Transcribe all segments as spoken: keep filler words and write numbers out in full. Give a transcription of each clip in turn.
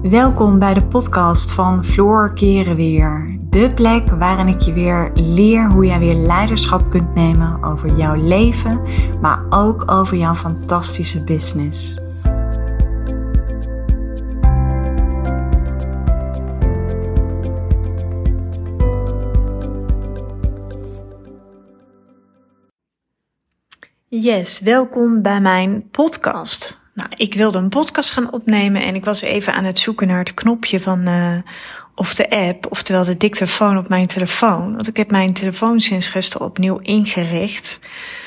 Welkom bij de podcast van Floor Keren Weer. De plek waarin ik je weer leer hoe jij weer leiderschap kunt nemen over jouw leven, maar ook over jouw fantastische business. Yes, welkom bij mijn podcast. Nou, ik wilde een podcast gaan opnemen en ik was even aan het zoeken naar het knopje van uh, of de app, oftewel de dictafoon op mijn telefoon. Want ik heb mijn telefoon sinds gisteren opnieuw ingericht,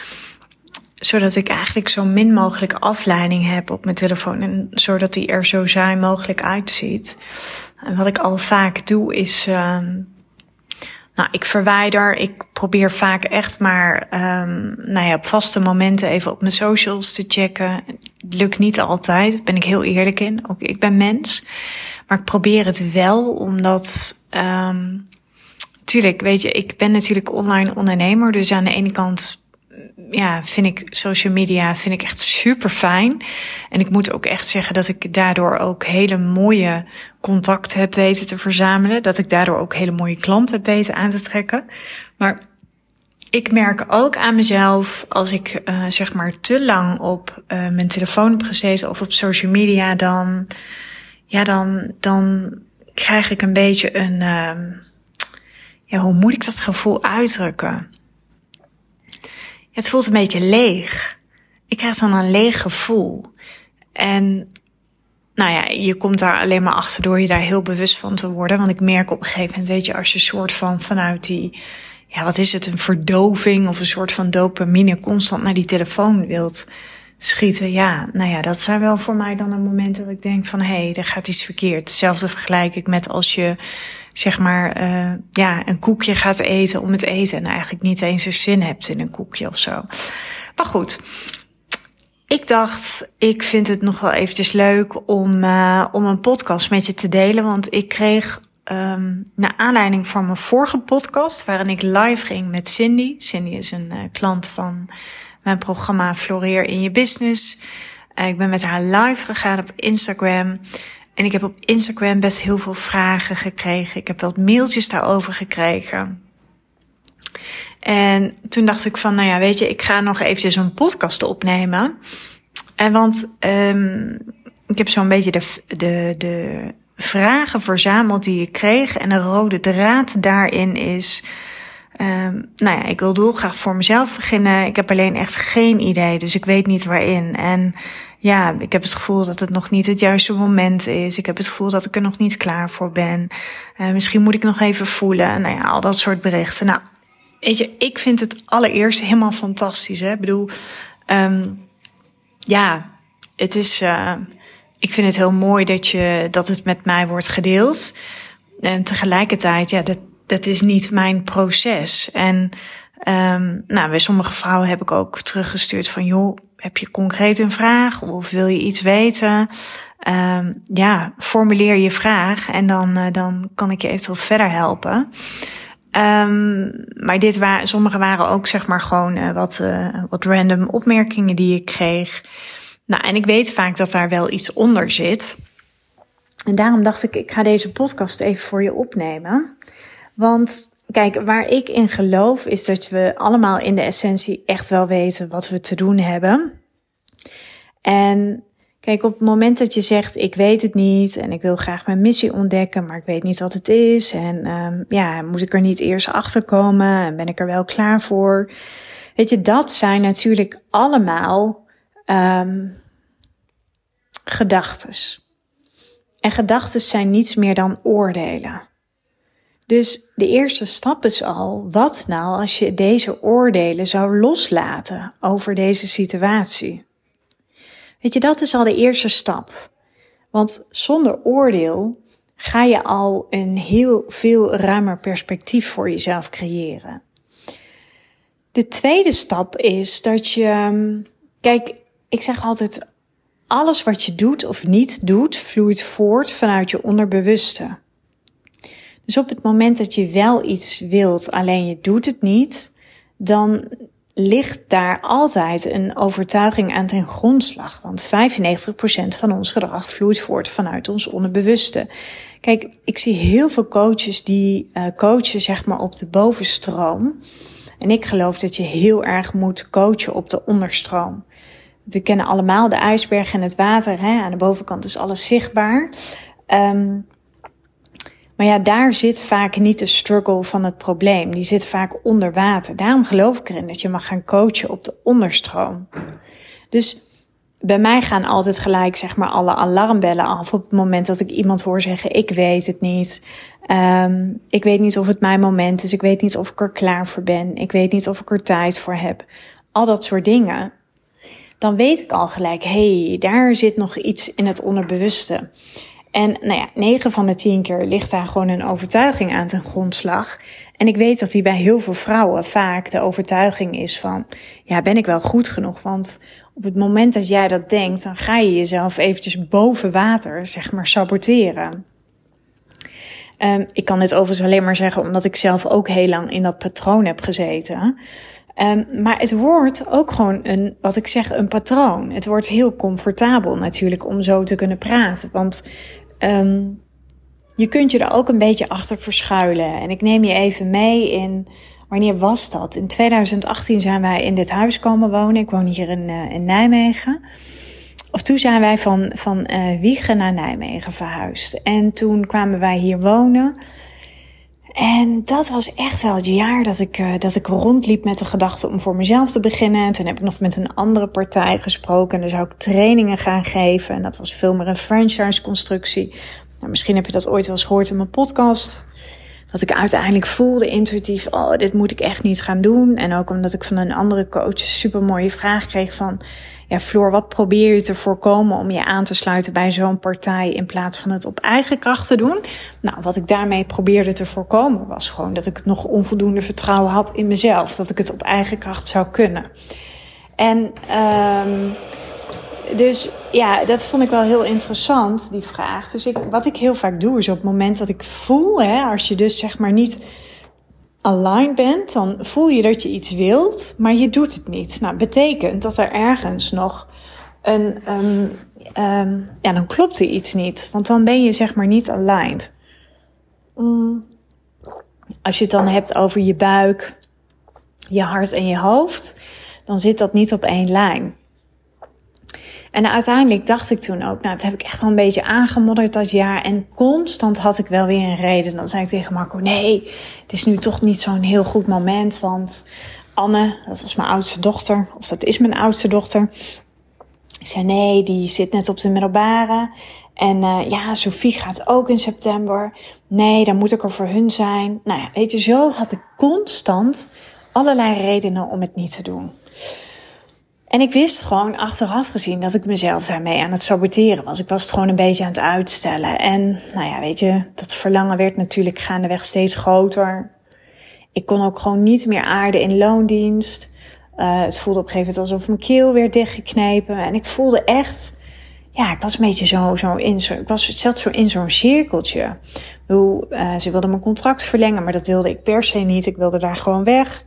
zodat ik eigenlijk zo min mogelijk afleiding heb op mijn telefoon en zodat die er zo saai mogelijk uitziet. En wat ik al vaak doe is, uh, nou, ik verwijder, ik probeer vaak echt maar, um, nou ja, op vaste momenten even op mijn socials te checken. Het lukt niet altijd, daar ben ik heel eerlijk in. Ook ik ben mens. Maar ik probeer het wel, omdat, um, tuurlijk, weet je, ik ben natuurlijk online ondernemer. Dus aan de ene kant, ja, vind ik social media vind ik echt super fijn. En ik moet ook echt zeggen dat ik daardoor ook hele mooie contacten heb weten te verzamelen. Dat ik daardoor ook hele mooie klanten heb weten aan te trekken. Maar ik merk ook aan mezelf, als ik uh, zeg maar te lang op uh, mijn telefoon heb gezeten of op social media, dan, ja, dan, dan krijg ik een beetje een, uh, ja, hoe moet ik dat gevoel uitdrukken? Ja, het voelt een beetje leeg. Ik krijg dan een leeg gevoel. En nou ja, je komt daar alleen maar achter door je daar heel bewust van te worden. Want ik merk op een gegeven moment, weet je, als je een soort van vanuit die, ja, wat is het, een verdoving of een soort van dopamine constant naar die telefoon wilt schieten. Ja, nou ja, dat zijn wel voor mij dan een moment dat ik denk van, hé, hey, er gaat iets verkeerd. Hetzelfde vergelijk ik met als je, zeg maar, uh, ja, een koekje gaat eten om het eten en eigenlijk niet eens een zin hebt in een koekje of zo. Maar goed, ik dacht, ik vind het nog wel eventjes leuk om, uh, om een podcast met je te delen, want ik kreeg, um, naar aanleiding van mijn vorige podcast, waarin ik live ging met Cindy. Cindy is een uh, klant van mijn programma Floreer in je business. Uh, ik ben met haar live gegaan op Instagram. En ik heb op Instagram best heel veel vragen gekregen. Ik heb wel mailtjes daarover gekregen. En toen dacht ik van, nou ja, weet je, ik ga nog eventjes een podcast opnemen. En want um, ik heb zo'n beetje de, de, de vragen verzameld die ik kreeg. En de rode draad daarin is, Um, nou ja, ik wil dolgraag voor mezelf beginnen. Ik heb alleen echt geen idee, dus ik weet niet waarin. En ja, ik heb het gevoel dat het nog niet het juiste moment is. Ik heb het gevoel dat ik er nog niet klaar voor ben. Uh, misschien moet ik nog even voelen. Nou ja, al dat soort berichten. Nou, weet je, ik vind het allereerst helemaal fantastisch. Hè? Ik bedoel, um, ja, het is, uh, ik vind het heel mooi dat je, dat het met mij wordt gedeeld. En tegelijkertijd, ja, dat, dat is niet mijn proces. En um, nou, bij sommige vrouwen heb ik ook teruggestuurd van, joh, heb je concreet een vraag of wil je iets weten? Um, ja, formuleer je vraag en dan, uh, dan kan ik je eventueel verder helpen. Um, maar dit waren, sommige waren ook zeg maar gewoon uh, wat, uh, wat random opmerkingen die ik kreeg. Nou, en ik weet vaak dat daar wel iets onder zit. En daarom dacht ik, ik ga deze podcast even voor je opnemen. Want kijk, waar ik in geloof is dat we allemaal in de essentie echt wel weten wat we te doen hebben. En kijk, op het moment dat je zegt, ik weet het niet en ik wil graag mijn missie ontdekken, maar ik weet niet wat het is. En um, ja, moet ik er niet eerst achter komen en ben ik er wel klaar voor? Weet je, dat zijn natuurlijk allemaal um, gedachtes. En gedachtes zijn niets meer dan oordelen. Dus de eerste stap is al, wat nou als je deze oordelen zou loslaten over deze situatie? Weet je, dat is al de eerste stap. Want zonder oordeel ga je al een heel veel ruimer perspectief voor jezelf creëren. De tweede stap is dat je, kijk, ik zeg altijd, alles wat je doet of niet doet, vloeit voort vanuit je onderbewuste. Dus op het moment dat je wel iets wilt, alleen je doet het niet, dan ligt daar altijd een overtuiging aan ten grondslag. Want vijfennegentig procent van ons gedrag vloeit voort vanuit ons onderbewuste. Kijk, ik zie heel veel coaches die uh, coachen zeg maar op de bovenstroom. En ik geloof dat je heel erg moet coachen op de onderstroom. We kennen allemaal de ijsberg en het water. Hè? Aan de bovenkant is alles zichtbaar. Um, maar ja, daar zit vaak niet de struggle van het probleem. Die zit vaak onder water. Daarom geloof ik erin dat je mag gaan coachen op de onderstroom. Dus bij mij gaan altijd gelijk zeg maar alle alarmbellen af op het moment dat ik iemand hoor zeggen, ik weet het niet. Um, ik weet niet of het mijn moment is. Ik weet niet of ik er klaar voor ben. Ik weet niet of ik er tijd voor heb. Al dat soort dingen. Dan weet ik al gelijk, hé, hey, daar zit nog iets in het onderbewuste. En nou ja, negen van de tien keer ligt daar gewoon een overtuiging aan ten grondslag. En ik weet dat die bij heel veel vrouwen vaak de overtuiging is van, ja, ben ik wel goed genoeg? Want op het moment dat jij dat denkt, dan ga je jezelf eventjes boven water, zeg maar, saboteren. Um, ik kan dit overigens alleen maar zeggen omdat ik zelf ook heel lang in dat patroon heb gezeten. Um, maar het wordt ook gewoon een, wat ik zeg, een patroon. Het wordt heel comfortabel natuurlijk om zo te kunnen praten. Want um, je kunt je er ook een beetje achter verschuilen. En ik neem je even mee in, wanneer was dat? In twintig achttien zijn wij in dit huis komen wonen. Ik woon hier in, uh, in Nijmegen. Of toen zijn wij van, van uh, Wijchen naar Nijmegen verhuisd. En toen kwamen wij hier wonen. En dat was echt wel het jaar dat ik, uh, dat ik rondliep met de gedachte om voor mezelf te beginnen. En toen heb ik nog met een andere partij gesproken. En daar zou ik trainingen gaan geven. En dat was veel meer een franchise-constructie. Nou, misschien heb je dat ooit wel eens gehoord in mijn podcast. Dat ik uiteindelijk voelde intuïtief, oh, dit moet ik echt niet gaan doen. En ook omdat ik van een andere coach een super mooie vraag kreeg van, ja, Floor, wat probeer je te voorkomen om je aan te sluiten bij zo'n partij in plaats van het op eigen kracht te doen? Nou, wat ik daarmee probeerde te voorkomen was gewoon dat ik nog onvoldoende vertrouwen had in mezelf. Dat ik het op eigen kracht zou kunnen. En um, dus ja, dat vond ik wel heel interessant, die vraag. Dus ik, wat ik heel vaak doe is op het moment dat ik voel, hè, als je dus zeg maar niet aligned bent, dan voel je dat je iets wilt, maar je doet het niet. Nou, betekent dat er ergens nog een, um, um, ja, dan klopt er iets niet. Want dan ben je zeg maar niet aligned. Mm. Als je het dan hebt over je buik, je hart en je hoofd, dan zit dat niet op één lijn. En uiteindelijk dacht ik toen ook, nou, dat heb ik echt wel een beetje aangemodderd dat jaar. En constant had ik wel weer een reden. Dan zei ik tegen Marco, nee, het is nu toch niet zo'n heel goed moment. Want Anne, dat was mijn oudste dochter, of dat is mijn oudste dochter. Ik zei, nee, die zit net op de middelbare. En uh, ja, Sophie gaat ook in september. Nee, dan moet ik er voor hun zijn. Nou ja, weet je, zo had ik constant allerlei redenen om het niet te doen. En ik wist gewoon achteraf gezien dat ik mezelf daarmee aan het saboteren was. Ik was het gewoon een beetje aan het uitstellen. En nou ja, weet je, dat verlangen werd natuurlijk gaandeweg steeds groter. Ik kon ook gewoon niet meer aarden in loondienst. Uh, het voelde op een gegeven moment alsof mijn keel werd dichtgeknepen. En ik voelde echt, ja, ik was een beetje zo, zo in zo, ik was zat zo in zo'n cirkeltje. Ik bedoel, uh, ze wilden mijn contract verlengen, maar dat wilde ik per se niet. Ik wilde daar gewoon weg.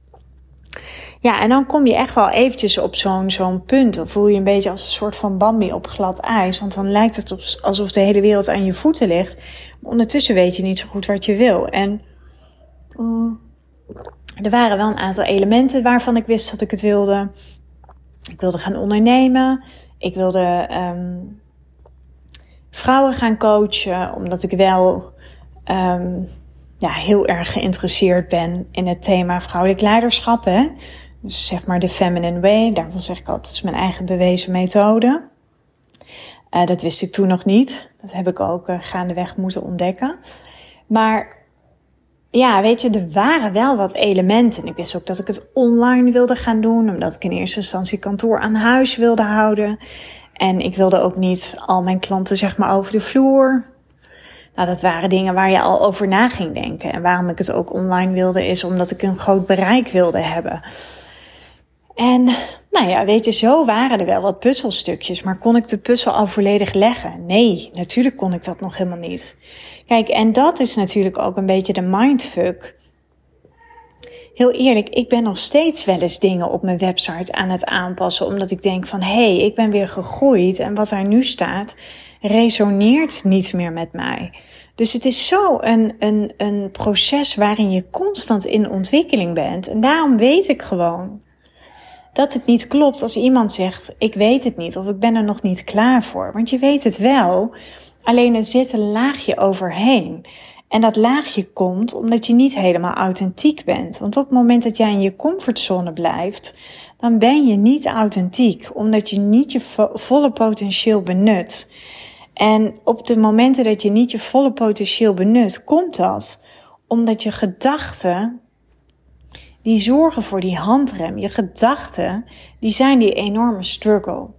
Ja, en dan kom je echt wel eventjes op zo'n, zo'n punt. Dan voel je een beetje als een soort van Bambi op glad ijs. Want dan lijkt het alsof de hele wereld aan je voeten ligt. Maar ondertussen weet je niet zo goed wat je wil. En mm, er waren wel een aantal elementen waarvan ik wist dat ik het wilde. Ik wilde gaan ondernemen. Ik wilde um, vrouwen gaan coachen. Omdat ik wel um, ja, heel erg geïnteresseerd ben in het thema vrouwelijk leiderschap. Hè? Dus zeg maar de feminine way. Daarvan zeg ik altijd, dat is mijn eigen bewezen methode. Uh, dat wist ik toen nog niet. Dat heb ik ook uh, gaandeweg moeten ontdekken. Maar ja, weet je, er waren wel wat elementen. Ik wist ook dat ik het online wilde gaan doen. Omdat ik in eerste instantie kantoor aan huis wilde houden. En ik wilde ook niet al mijn klanten zeg maar over de vloer. Nou, dat waren dingen waar je al over na ging denken. En waarom ik het ook online wilde is omdat ik een groot bereik wilde hebben. En nou ja, weet je, zo waren er wel wat puzzelstukjes. Maar kon ik de puzzel al volledig leggen? Nee, natuurlijk kon ik dat nog helemaal niet. Kijk, en dat is natuurlijk ook een beetje de mindfuck. heel eerlijk, ik ben nog steeds wel eens dingen op mijn website aan het aanpassen. Omdat ik denk van, hé, hey, ik ben weer gegroeid. En wat daar nu staat, resoneert niet meer met mij. Dus het is zo een, een, een proces waarin je constant in ontwikkeling bent. En daarom weet ik gewoon dat het niet klopt als iemand zegt, ik weet het niet of ik ben er nog niet klaar voor. Want je weet het wel, alleen er zit een laagje overheen. En dat laagje komt omdat je niet helemaal authentiek bent. Want op het moment dat jij in je comfortzone blijft, dan ben je niet authentiek. Omdat je niet je vo- volle potentieel benut. En op de momenten dat je niet je volle potentieel benut, komt dat omdat je gedachten, die zorgen voor die handrem. Je gedachten, die zijn die enorme struggle.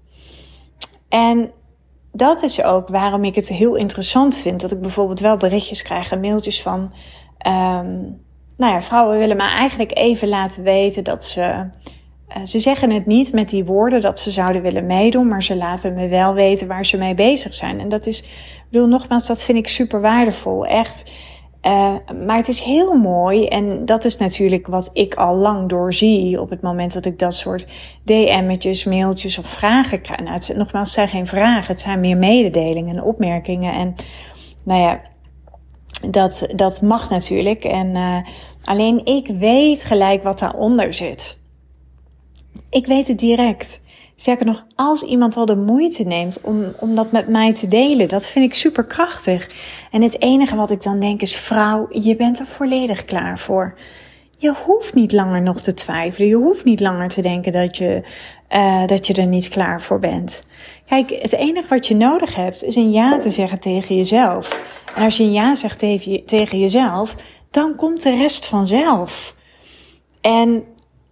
En dat is ook waarom ik het heel interessant vind, dat ik bijvoorbeeld wel berichtjes krijg en mailtjes van, um, nou ja, vrouwen willen me eigenlijk even laten weten dat ze, uh, ze zeggen het niet met die woorden dat ze zouden willen meedoen, maar ze laten me wel weten waar ze mee bezig zijn. En dat is, ik bedoel nogmaals, dat vind ik super waardevol, echt. Uh, maar het is heel mooi en dat is natuurlijk wat ik al lang doorzie op het moment dat ik dat soort D M'tjes, mailtjes of vragen krijg. Nou, het, nogmaals, het zijn geen vragen, het zijn meer mededelingen en opmerkingen. En nou ja, dat, dat mag natuurlijk. En uh, alleen ik weet gelijk wat daaronder zit. Ik weet het direct. Sterker nog, als iemand al de moeite neemt om, om dat met mij te delen, dat vind ik super krachtig. En het enige wat ik dan denk is, vrouw, je bent er volledig klaar voor. Je hoeft niet langer nog te twijfelen. Je hoeft niet langer te denken dat je, uh, dat je er niet klaar voor bent. Kijk, het enige wat je nodig hebt is een ja te zeggen tegen jezelf. En als je een ja zegt tegen, tegen jezelf, dan komt de rest vanzelf. En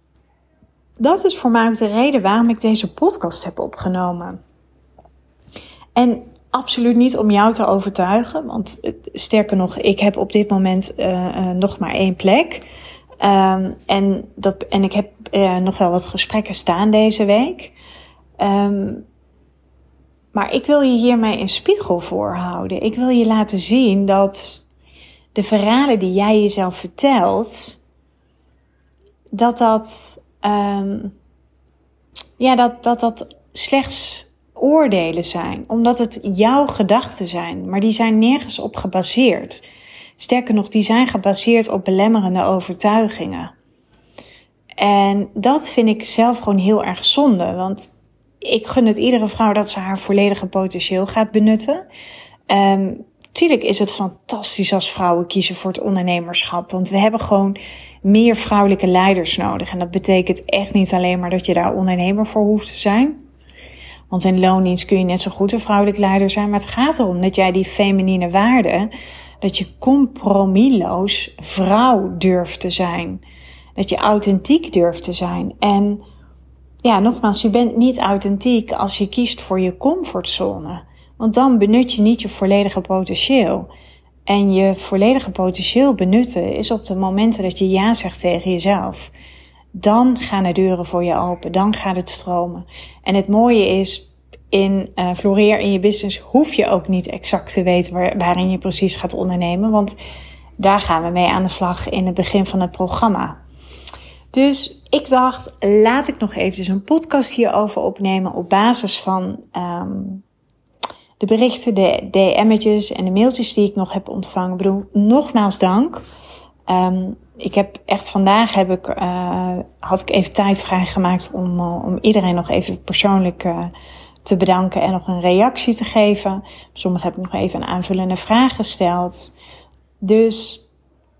dat is voor mij ook de reden waarom ik deze podcast heb opgenomen. En absoluut niet om jou te overtuigen, want sterker nog, ik heb op dit moment uh, uh, nog maar één plek. Um, en, dat, en ik heb uh, nog wel wat gesprekken staan deze week. Um, maar ik wil je hiermee een spiegel voorhouden. Ik wil je laten zien dat de verhalen die jij jezelf vertelt, dat dat Um, ja, dat, dat dat slechts oordelen zijn. Omdat het jouw gedachten zijn. Maar die zijn nergens op gebaseerd. Sterker nog, die zijn gebaseerd op belemmerende overtuigingen. En dat vind ik zelf gewoon heel erg zonde. Want ik gun het iedere vrouw dat ze haar volledige potentieel gaat benutten. Um, Tuurlijk is het fantastisch als vrouwen kiezen voor het ondernemerschap. Want we hebben gewoon meer vrouwelijke leiders nodig. En dat betekent echt niet alleen maar dat je daar ondernemer voor hoeft te zijn. Want in loondienst kun je net zo goed een vrouwelijk leider zijn. Maar het gaat erom dat jij die feminine waarden, dat je compromisloos vrouw durft te zijn. Dat je authentiek durft te zijn. En ja, nogmaals, je bent niet authentiek als je kiest voor je comfortzone. Want dan benut je niet je volledige potentieel. En je volledige potentieel benutten is op de momenten dat je ja zegt tegen jezelf. Dan gaan de deuren voor je open. Dan gaat het stromen. En het mooie is, in uh, Floreer in je business hoef je ook niet exact te weten waar, waarin je precies gaat ondernemen. Want daar gaan we mee aan de slag in het begin van het programma. Dus ik dacht, laat ik nog eventjes een podcast hierover opnemen op basis van Um, de berichten, de D M'tjes en de mailtjes die ik nog heb ontvangen. Ik bedoel, nogmaals dank. Um, ik heb echt vandaag heb ik, uh, had ik even tijd vrijgemaakt om, uh, om iedereen nog even persoonlijk uh, te bedanken en nog een reactie te geven. Sommigen heb ik nog even een aanvullende vraag gesteld. Dus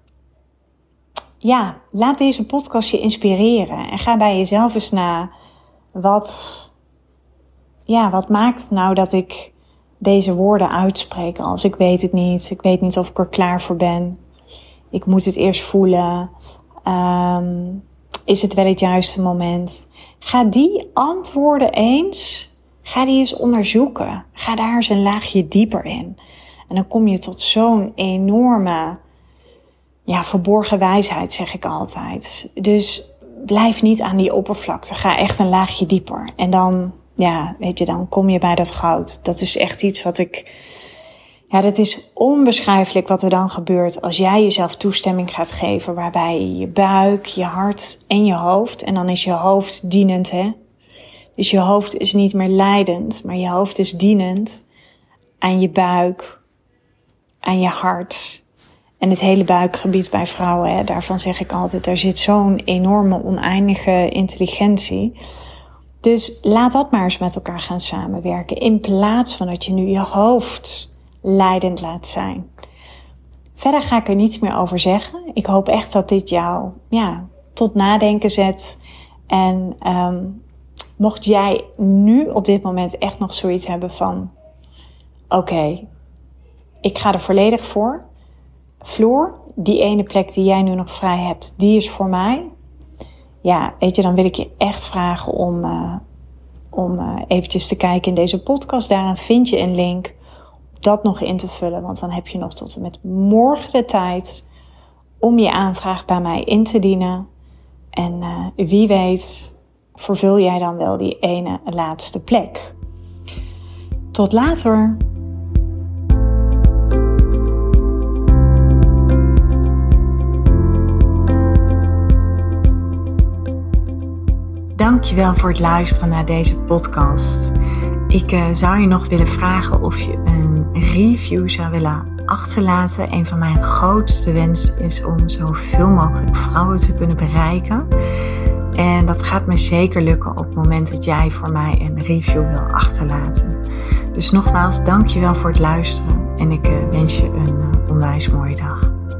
ja, laat deze podcast je inspireren. En ga bij jezelf eens na. Wat, ja, wat maakt nou dat ik deze woorden uitspreken als ik weet het niet. Ik weet niet of ik er klaar voor ben. Ik moet het eerst voelen. Um, is het wel het juiste moment? Ga die antwoorden eens, ga die eens onderzoeken. Ga daar eens een laagje dieper in. En dan kom je tot zo'n enorme, ja, verborgen wijsheid, zeg ik altijd. Dus blijf niet aan die oppervlakte. Ga echt een laagje dieper. En dan, ja, weet je, dan kom je bij dat goud. Dat is echt iets wat ik, Ja, dat is onbeschrijfelijk wat er dan gebeurt als jij jezelf toestemming gaat geven, waarbij je buik, je hart en je hoofd, en dan is je hoofd dienend, hè. Dus je hoofd is niet meer leidend, maar je hoofd is dienend aan je buik, aan je hart. En het hele buikgebied bij vrouwen, hè, daarvan zeg ik altijd, daar zit zo'n enorme oneindige intelligentie. Dus laat dat maar eens met elkaar gaan samenwerken, in plaats van dat je nu je hoofd leidend laat zijn. Verder ga ik er niets meer over zeggen. Ik hoop echt dat dit jou ja, tot nadenken zet. En um, mocht jij nu op dit moment echt nog zoiets hebben van, oké, okay, ik ga er volledig voor. Floor, die ene plek die jij nu nog vrij hebt, die is voor mij. Ja, weet je, dan wil ik je echt vragen om, uh, om uh, eventjes te kijken in deze podcast. Daarin vind je een link om dat nog in te vullen. Want dan heb je nog tot en met morgen de tijd om je aanvraag bij mij in te dienen. En uh, wie weet vervul jij dan wel die ene laatste plek. Tot later! Dankjewel voor het luisteren naar deze podcast. Ik uh, zou je nog willen vragen of je een review zou willen achterlaten. Een van mijn grootste wensen is om zoveel mogelijk vrouwen te kunnen bereiken. En dat gaat me zeker lukken op het moment dat jij voor mij een review wil achterlaten. Dus nogmaals, dankjewel voor het luisteren en ik uh, wens je een uh, onwijs mooie dag.